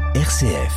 RCF.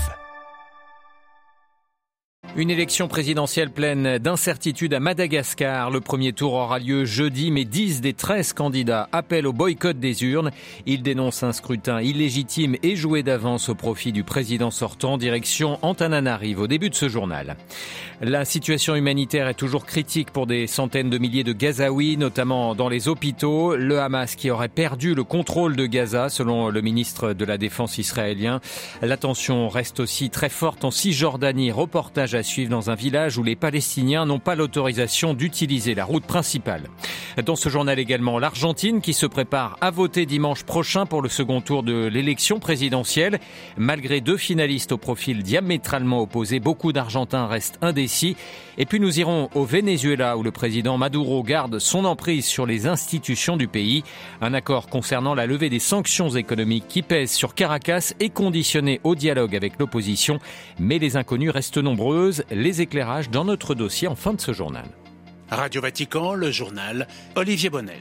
Une élection présidentielle pleine d'incertitudes à Madagascar. Le premier tour aura lieu jeudi, mais 10 des 13 candidats appellent au boycott des urnes. Ils dénoncent un scrutin illégitime et joué d'avance au profit du président sortant. Direction Antananarive au début de ce journal. La situation humanitaire est toujours critique pour des centaines de milliers de Gazaouis, notamment dans les hôpitaux. Le Hamas qui aurait perdu le contrôle de Gaza, selon le ministre de la Défense israélien. La tension reste aussi très forte en Cisjordanie. Reportage à suivre dans un village où les Palestiniens n'ont pas l'autorisation d'utiliser la route principale. Dans ce journal également, l'Argentine qui se prépare à voter dimanche prochain pour le second tour de l'élection présidentielle. Malgré deux finalistes au profil diamétralement opposé, beaucoup d'Argentins restent indécis. Et puis nous irons au Venezuela où le président Maduro garde son emprise sur les institutions du pays. Un accord concernant la levée des sanctions économiques qui pèsent sur Caracas est conditionné au dialogue avec l'opposition. Mais les inconnues restent nombreuses. Les éclairages dans notre dossier en fin de ce journal. Radio Vatican, le journal, Olivier Bonnel.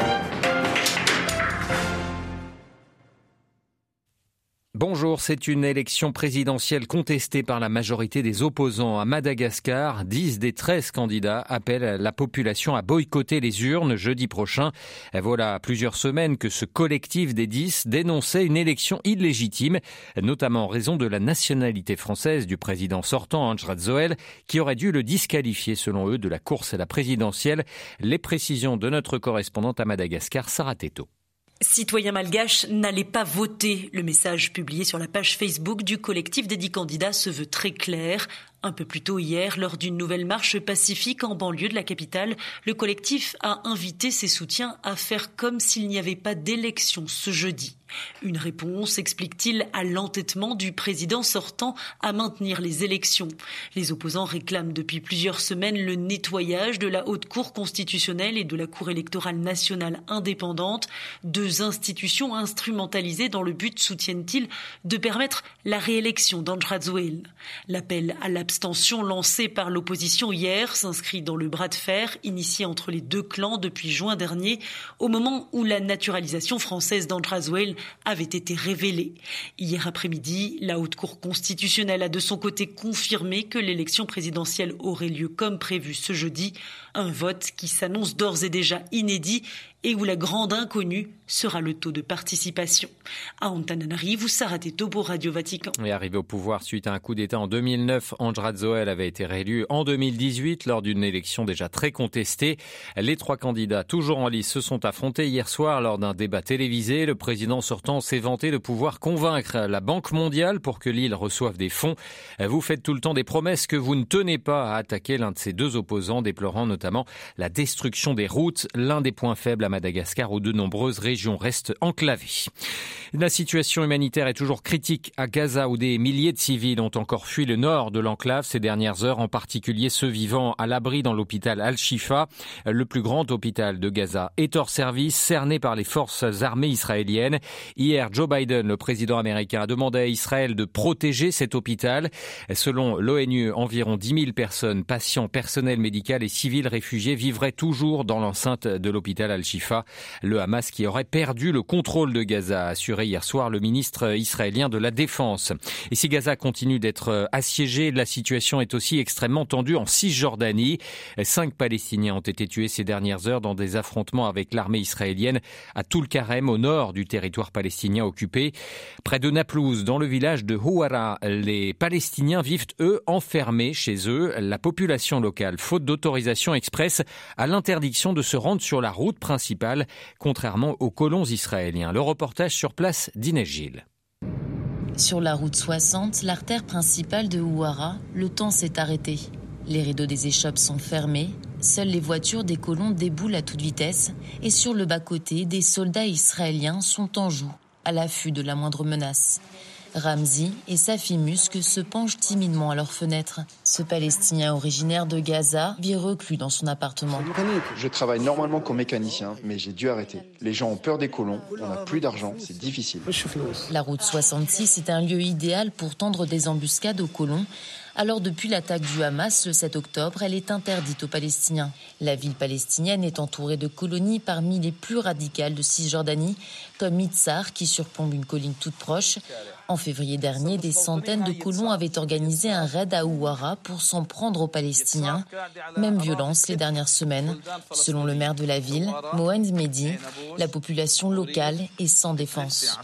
Bonjour, c'est une élection présidentielle contestée par la majorité des opposants à Madagascar. 10 des 13 candidats appellent la population à boycotter les urnes jeudi prochain. Voilà plusieurs semaines que ce collectif des 10 dénonçait une élection illégitime, notamment en raison de la nationalité française du président sortant, Andrzej Zoel, qui aurait dû le disqualifier selon eux de la course à la présidentielle. Les précisions de notre correspondante à Madagascar, Sarah Teto. Citoyens malgaches, n'allez pas voter. Le message publié sur la page Facebook du collectif des 10 candidats se veut très clair. Un peu plus tôt hier, lors d'une nouvelle marche pacifique en banlieue de la capitale, le collectif a invité ses soutiens à faire comme s'il n'y avait pas d'élection ce jeudi. Une réponse, explique-t-il, à l'entêtement du président sortant à maintenir les élections. Les opposants réclament depuis plusieurs semaines le nettoyage de la Haute Cour constitutionnelle et de la Cour électorale nationale indépendante, deux institutions instrumentalisées dans le but, soutiennent-ils, de permettre la réélection d'Andrzej Zoel. L'appel à l'abstention lancé par l'opposition hier s'inscrit dans le bras de fer initié entre les deux clans depuis juin dernier, au moment où la naturalisation française d'Andrzej Zoel avait été révélée. Hier après-midi, la Haute Cour constitutionnelle a de son côté confirmé que l'élection présidentielle aurait lieu comme prévu ce jeudi, un vote qui s'annonce d'ores et déjà inédit et où la grande inconnue sera le taux de participation. À Antananarive, Sarah Teto pour Radio Vatican. Et arrivé au pouvoir suite à un coup d'État en 2009, Andrzej Zoel avait été réélu en 2018 lors d'une élection déjà très contestée. Les trois candidats toujours en lice se sont affrontés hier soir lors d'un débat télévisé. Le président sortant s'est vanté de pouvoir convaincre la Banque mondiale pour que l'île reçoive des fonds. Vous faites tout le temps des promesses que vous ne tenez pas, a attaqué l'un de ses deux opposants, déplorant notamment la destruction des routes, l'un des points faibles à Madagascar où de nombreuses régions restent enclavées. La situation humanitaire est toujours critique à Gaza où des milliers de civils ont encore fui le nord de l'enclave ces dernières heures, en particulier ceux vivant à l'abri dans l'hôpital Al-Shifa. Le plus grand hôpital de Gaza est hors service, cerné par les forces armées israéliennes. Hier, Joe Biden, le président américain, a demandé à Israël de protéger cet hôpital. Selon l'ONU, environ 10 000 personnes, patients, personnel médical et civils réfugiés vivraient toujours dans l'enceinte de l'hôpital Al-Shifa. Le Hamas qui aurait perdu le contrôle de Gaza, a assuré hier soir le ministre israélien de la Défense. Et si Gaza continue d'être assiégée, la situation est aussi extrêmement tendue en Cisjordanie. 5 Palestiniens ont été tués ces dernières heures dans des affrontements avec l'armée israélienne à Toul-Karem, au nord du territoire palestinien occupé. Près de Naplouse, dans le village de Houara, les Palestiniens vivent, eux, enfermés chez eux. La population locale, faute d'autorisation express, a l'interdiction de se rendre sur la route principale, contrairement aux colons israéliens. Le reportage sur place d'Inès Gilles. Sur la route 60, l'artère principale de Houara, le temps s'est arrêté. Les rideaux des échoppes sont fermés, seules les voitures des colons déboulent à toute vitesse et sur le bas-côté, des soldats israéliens sont en joue, à l'affût de la moindre menace. Ramzi et sa fille Musque se penchent timidement à leur fenêtre. Ce Palestinien originaire de Gaza vit reclus dans son appartement. Je travaille normalement comme mécanicien, mais j'ai dû arrêter. Les gens ont peur des colons, on n'a plus d'argent, c'est difficile. La route 66 est un lieu idéal pour tendre des embuscades aux colons, Alors depuis l'attaque du Hamas le 7 octobre, elle est interdite aux Palestiniens. La ville palestinienne est entourée de colonies parmi les plus radicales de Cisjordanie, comme Mitzar qui surplombe une colline toute proche. En février dernier, des centaines de colons avaient organisé un raid à Ouara pour s'en prendre aux Palestiniens. Même violence les dernières semaines. Selon le maire de la ville, Mohamed Mehdi, la population locale est sans défense.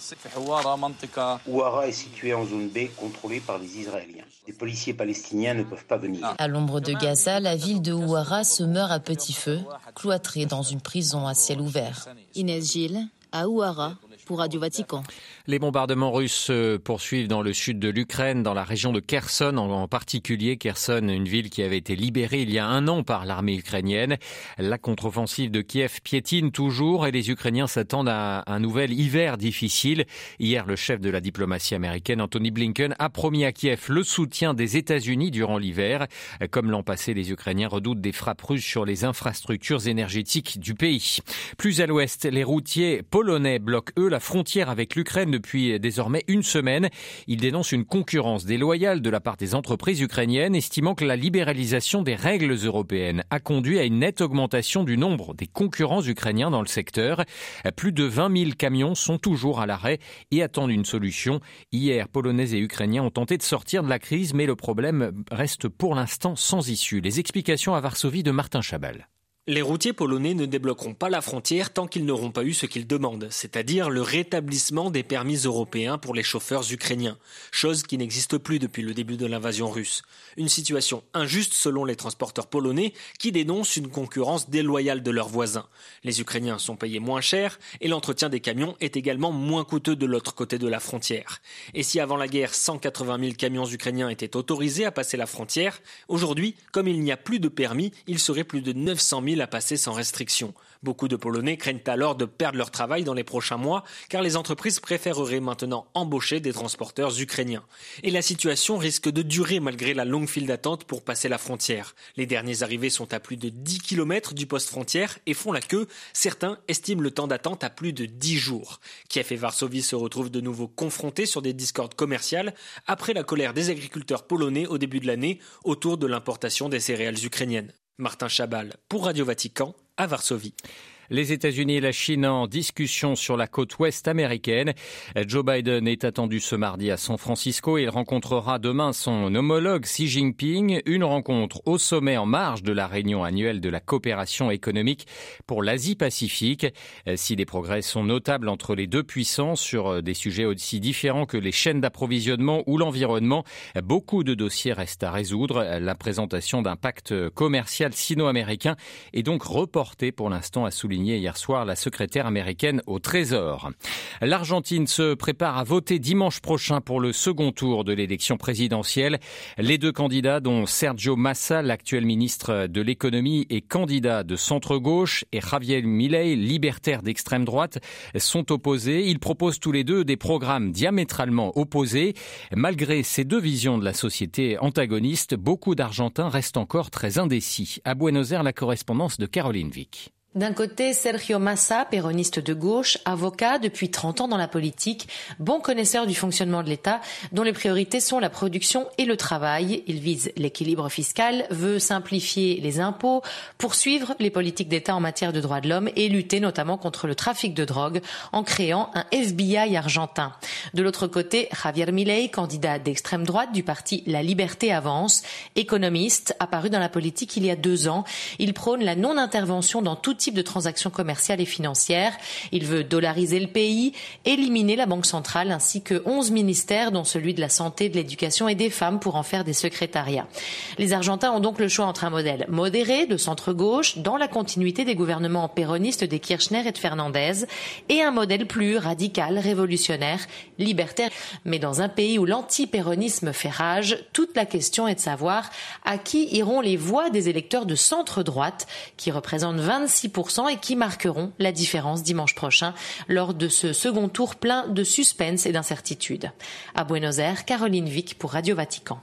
Ouara est située en zone B, contrôlée par les Israéliens. Les policiers palestiniens ne peuvent pas venir. À l'ombre de Gaza, la ville de Ouara se meurt à petit feu, cloîtrée dans une prison à ciel ouvert. Inès Gilles, à Ouara, pour Radio Vatican. Les bombardements russes se poursuivent dans le sud de l'Ukraine, dans la région de Kherson en particulier. Kherson, une ville qui avait été libérée il y a 1 an par l'armée ukrainienne. La contre-offensive de Kiev piétine toujours et les Ukrainiens s'attendent à un nouvel hiver difficile. Hier, le chef de la diplomatie américaine, Anthony Blinken, a promis à Kiev le soutien des États-Unis durant l'hiver. Comme l'an passé, les Ukrainiens redoutent des frappes russes sur les infrastructures énergétiques du pays. Plus à l'ouest, les routiers polonais bloquent, eux, la frontière avec l'Ukraine depuis désormais 1 semaine. Ils dénoncent une concurrence déloyale de la part des entreprises ukrainiennes, estimant que la libéralisation des règles européennes a conduit à une nette augmentation du nombre des concurrents ukrainiens dans le secteur. Plus de 20 000 camions sont toujours à l'arrêt et attendent une solution. Hier, Polonais et Ukrainiens ont tenté de sortir de la crise, mais le problème reste pour l'instant sans issue. Les explications à Varsovie de Martin Chabal. Les routiers polonais ne débloqueront pas la frontière tant qu'ils n'auront pas eu ce qu'ils demandent, c'est-à-dire le rétablissement des permis européens pour les chauffeurs ukrainiens, chose qui n'existe plus depuis le début de l'invasion russe. Une situation injuste selon les transporteurs polonais qui dénoncent une concurrence déloyale de leurs voisins. Les Ukrainiens sont payés moins cher et l'entretien des camions est également moins coûteux de l'autre côté de la frontière. Et si avant la guerre, 180 000 camions ukrainiens étaient autorisés à passer la frontière, aujourd'hui, comme il n'y a plus de permis, il serait plus de 900 000 à passer sans restriction. Beaucoup de Polonais craignent alors de perdre leur travail dans les prochains mois car les entreprises préféreraient maintenant embaucher des transporteurs ukrainiens. Et la situation risque de durer malgré la longue file d'attente pour passer la frontière. Les derniers arrivés sont à plus de 10 km du poste frontière et font la queue. Certains estiment le temps d'attente à plus de 10 jours. Kiev et Varsovie se retrouvent de nouveau confrontés sur des discordes commerciales après la colère des agriculteurs polonais au début de l'année autour de l'importation des céréales ukrainiennes. Martin Chabal pour Radio Vatican à Varsovie. Les États-Unis et la Chine en discussion sur la côte ouest américaine. Joe Biden est attendu ce mardi à San Francisco et il rencontrera demain son homologue Xi Jinping. Une rencontre au sommet en marge de la réunion annuelle de la coopération économique pour l'Asie-Pacifique. Si des progrès sont notables entre les deux puissances sur des sujets aussi différents que les chaînes d'approvisionnement ou l'environnement, beaucoup de dossiers restent à résoudre. La présentation d'un pacte commercial sino-américain est donc reportée pour l'instant, à souligner hier soir la secrétaire américaine au Trésor. L'Argentine se prépare à voter dimanche prochain pour le second tour de l'élection présidentielle. Les deux candidats, dont Sergio Massa, l'actuel ministre de l'économie et candidat de centre-gauche, et Javier Milei, libertaire d'extrême droite, sont opposés. Ils proposent tous les deux des programmes diamétralement opposés. Malgré ces deux visions de la société antagonistes, beaucoup d'Argentins restent encore très indécis. À Buenos Aires, la correspondance de Caroline Vic. D'un côté, Sergio Massa, péroniste de gauche, avocat depuis 30 ans dans la politique, bon connaisseur du fonctionnement de l'État, dont les priorités sont la production et le travail. Il vise l'équilibre fiscal, veut simplifier les impôts, poursuivre les politiques d'État en matière de droits de l'homme et lutter notamment contre le trafic de drogue en créant un FBI argentin. De l'autre côté, Javier Milei, candidat d'extrême droite du parti La Liberté Avance, économiste, apparu dans la politique il y a 2 ans. Il prône la non-intervention dans tout type de transactions commerciales et financières. Il veut dollariser le pays, éliminer la Banque centrale ainsi que 11 ministères dont celui de la santé, de l'éducation et des femmes pour en faire des secrétariats. Les Argentins ont donc le choix entre un modèle modéré de centre-gauche dans la continuité des gouvernements péronistes des Kirchner et de Fernandez et un modèle plus radical, révolutionnaire, libertaire. Mais dans un pays où l'anti-péronisme fait rage, toute la question est de savoir à qui iront les voix des électeurs de centre-droite qui représentent 26% et qui marqueront la différence dimanche prochain lors de ce second tour plein de suspense et d'incertitude. À Buenos Aires, Caroline Vic pour Radio Vatican.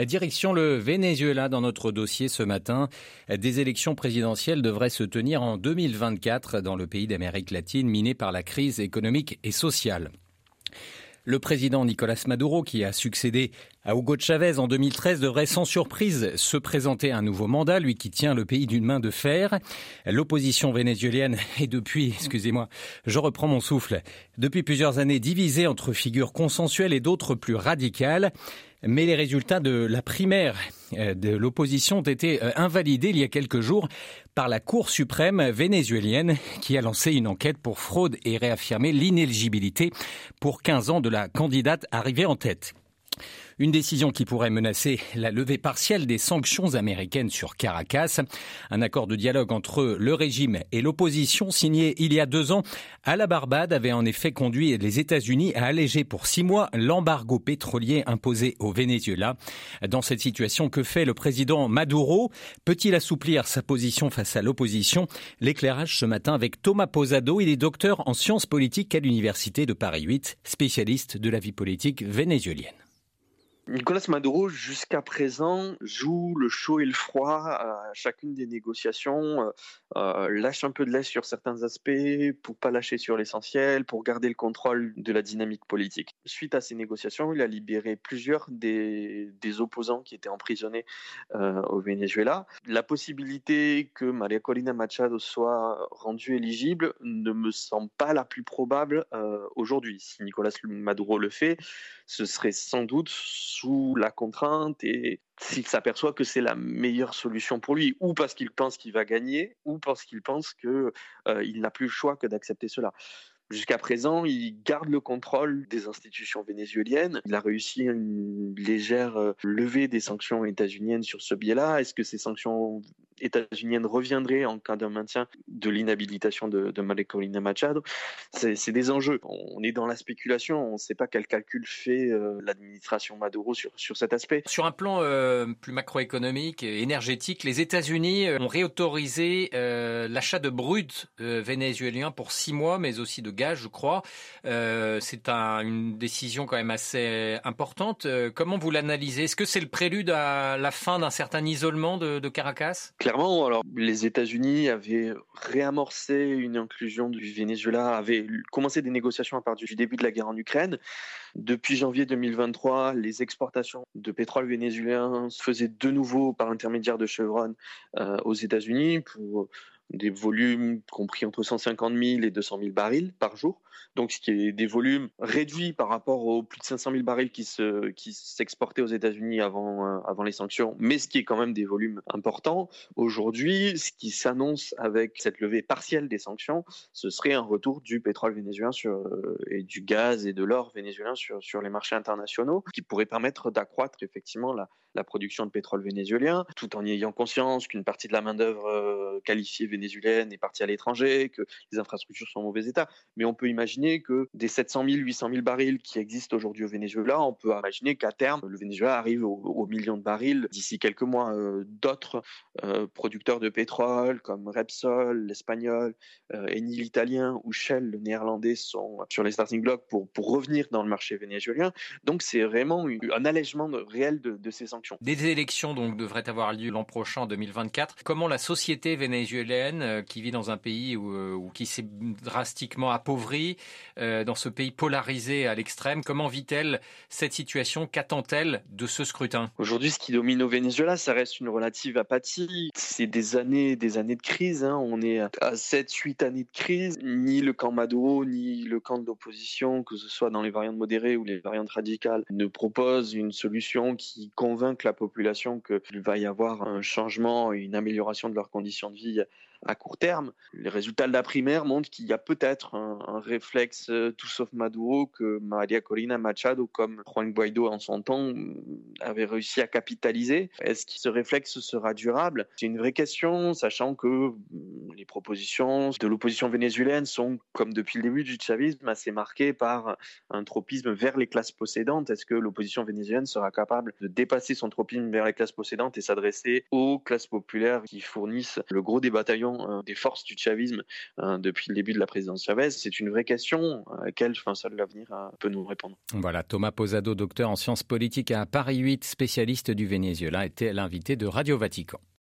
Direction le Venezuela dans notre dossier ce matin. Des élections présidentielles devraient se tenir en 2024 dans le pays d'Amérique latine miné par la crise économique et sociale. Le président Nicolas Maduro, qui a succédé à Hugo Chavez en 2013, devrait sans surprise se présenter à un nouveau mandat, lui qui tient le pays d'une main de fer. L'opposition vénézuélienne est depuis plusieurs années divisée entre figures consensuelles et d'autres plus radicales. Mais les résultats de la primaire de l'opposition ont été invalidés il y a quelques jours par la Cour suprême vénézuélienne qui a lancé une enquête pour fraude et réaffirmé l'inéligibilité pour 15 ans de la candidate arrivée en tête. Une décision qui pourrait menacer la levée partielle des sanctions américaines sur Caracas. Un accord de dialogue entre le régime et l'opposition signé il y a 2 ans à la Barbade avait en effet conduit les États-Unis à alléger pour 6 mois l'embargo pétrolier imposé au Venezuela. Dans cette situation, que fait le président Maduro? Peut-il assouplir sa position face à l'opposition? L'éclairage ce matin avec Thomas Posado. Il est docteur en sciences politiques à l'université de Paris 8, spécialiste de la vie politique vénézuélienne. Nicolas Maduro, jusqu'à présent, joue le chaud et le froid à chacune des négociations, lâche un peu de lait sur certains aspects pour pas lâcher sur l'essentiel, pour garder le contrôle de la dynamique politique. Suite à ces négociations, il a libéré plusieurs des opposants qui étaient emprisonnés au Venezuela. La possibilité que María Corina Machado soit rendue éligible ne me semble pas la plus probable aujourd'hui. Si Nicolas Maduro le fait, ce serait sans doute sous la contrainte et s'il s'aperçoit que c'est la meilleure solution pour lui, ou parce qu'il pense qu'il va gagner, ou parce qu'il pense qu'il n'a plus le choix que d'accepter cela. Jusqu'à présent, il garde le contrôle des institutions vénézuéliennes. Il a réussi une légère levée des sanctions états-uniennes sur ce biais-là. Est-ce que ces sanctions états-uniennes reviendraient en cas de maintien de l'inhabilitation de María Corina Machado? C'est des enjeux. On est dans la spéculation. On ne sait pas quel calcul fait l'administration Maduro sur cet aspect. Sur un plan plus macroéconomique et énergétique, les États-Unis ont réautorisé l'achat de brut vénézuélien pour 6 mois, mais aussi de gaz, je crois. C'est une décision quand même assez importante. Comment vous l'analysez? Est-ce que c'est le prélude à la fin d'un certain isolement de Caracas? Clairement, alors les États-Unis avaient réamorcé une inclusion du Venezuela, avaient commencé des négociations à partir du début de la guerre en Ukraine. Depuis janvier 2023, les exportations de pétrole vénézuélien se faisaient de nouveau par l'intermédiaire de Chevron aux États-Unis pour des volumes compris entre 150 000 et 200 000 barils par jour. Donc, ce qui est des volumes réduits par rapport aux plus de 500 000 barils qui s'exportaient aux États-Unis avant les sanctions, mais ce qui est quand même des volumes importants. Aujourd'hui, ce qui s'annonce avec cette levée partielle des sanctions, ce serait un retour du pétrole vénézuélien et du gaz et de l'or vénézuélien sur les marchés internationaux, qui pourrait permettre d'accroître effectivement la production de pétrole vénézuélien, tout en ayant conscience qu'une partie de la main-d'œuvre qualifiée vénézuélienne est partie à l'étranger, que les infrastructures sont en mauvais état. Mais on peut imaginer que des 700 000, 800 000 barils qui existent aujourd'hui au Venezuela, on peut imaginer qu'à terme, le Venezuela arrive au million de barils d'ici quelques mois. D'autres producteurs de pétrole comme Repsol, l'espagnol, Eni l'italien ou Shell, le néerlandais, sont sur les starting blocks pour revenir dans le marché vénézuélien. Donc c'est vraiment un allègement réel de ces sanctions. Des élections donc devraient avoir lieu l'an prochain, en 2024. Comment la société vénézuélienne, qui vit dans un pays qui s'est drastiquement appauvri, dans ce pays polarisé à l'extrême, comment vit-elle cette situation? Qu'attend-elle de ce scrutin? Aujourd'hui, ce qui domine au Venezuela, ça reste une relative apathie. C'est des années de crise. On est à 7-8 années de crise. Ni le camp Maduro, ni le camp de l'opposition, que ce soit dans les variantes modérées ou les variantes radicales, ne propose une solution qui convainc la population qu'il va y avoir un changement et une amélioration de leurs conditions de vie à court terme. Les résultats de la primaire montrent qu'il y a peut-être un réflexe tout sauf Maduro que María Corina Machado, comme Juan Guaidó en son temps, avait réussi à capitaliser. Est-ce que ce réflexe sera durable? C'est une vraie question, sachant que les propositions de l'opposition vénézuélienne sont, comme depuis le début du chavisme, assez marquées par un tropisme vers les classes possédantes. Est-ce que l'opposition vénézuélienne sera capable de dépasser son tropisme vers les classes possédantes et s'adresser aux classes populaires qui fournissent le gros des bataillons président des forces du chavisme depuis le début de la présidence Chavez. C'est une vraie question à laquelle seul l'avenir peut nous répondre. Voilà, Thomas Posado, docteur en sciences politiques à Paris 8, spécialiste du Venezuela, était l'invité de Radio Vatican.